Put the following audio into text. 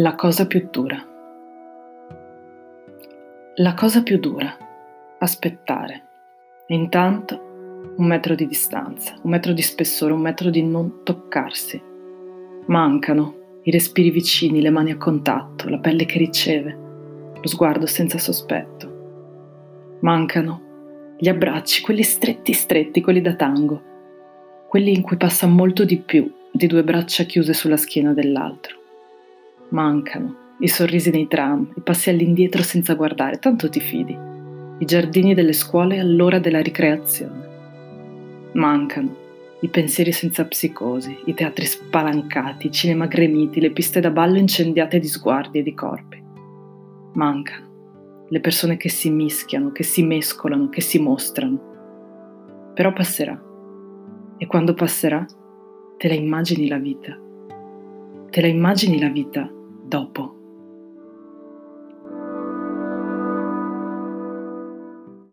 La cosa più dura. La cosa più dura. Aspettare. E intanto 1 metro di distanza, 1 metro di spessore, 1 metro di non toccarsi. Mancano i respiri vicini, le mani a contatto, la pelle che riceve, lo sguardo senza sospetto. Mancano gli abbracci, quelli stretti stretti, quelli da tango, quelli in cui passa molto di più di 2 braccia chiuse sulla schiena dell'altro. Mancano i sorrisi nei tram, i passi all'indietro senza guardare, tanto ti fidi, i giardini delle scuole all'ora della ricreazione. Mancano i pensieri senza psicosi, i teatri spalancati, i cinema gremiti, le piste da ballo incendiate di sguardi e di corpi. Mancano le persone che si mischiano, che si mescolano, che si mostrano. Però passerà. E quando passerà, te la immagini la vita. Te la immagini la vita dopo.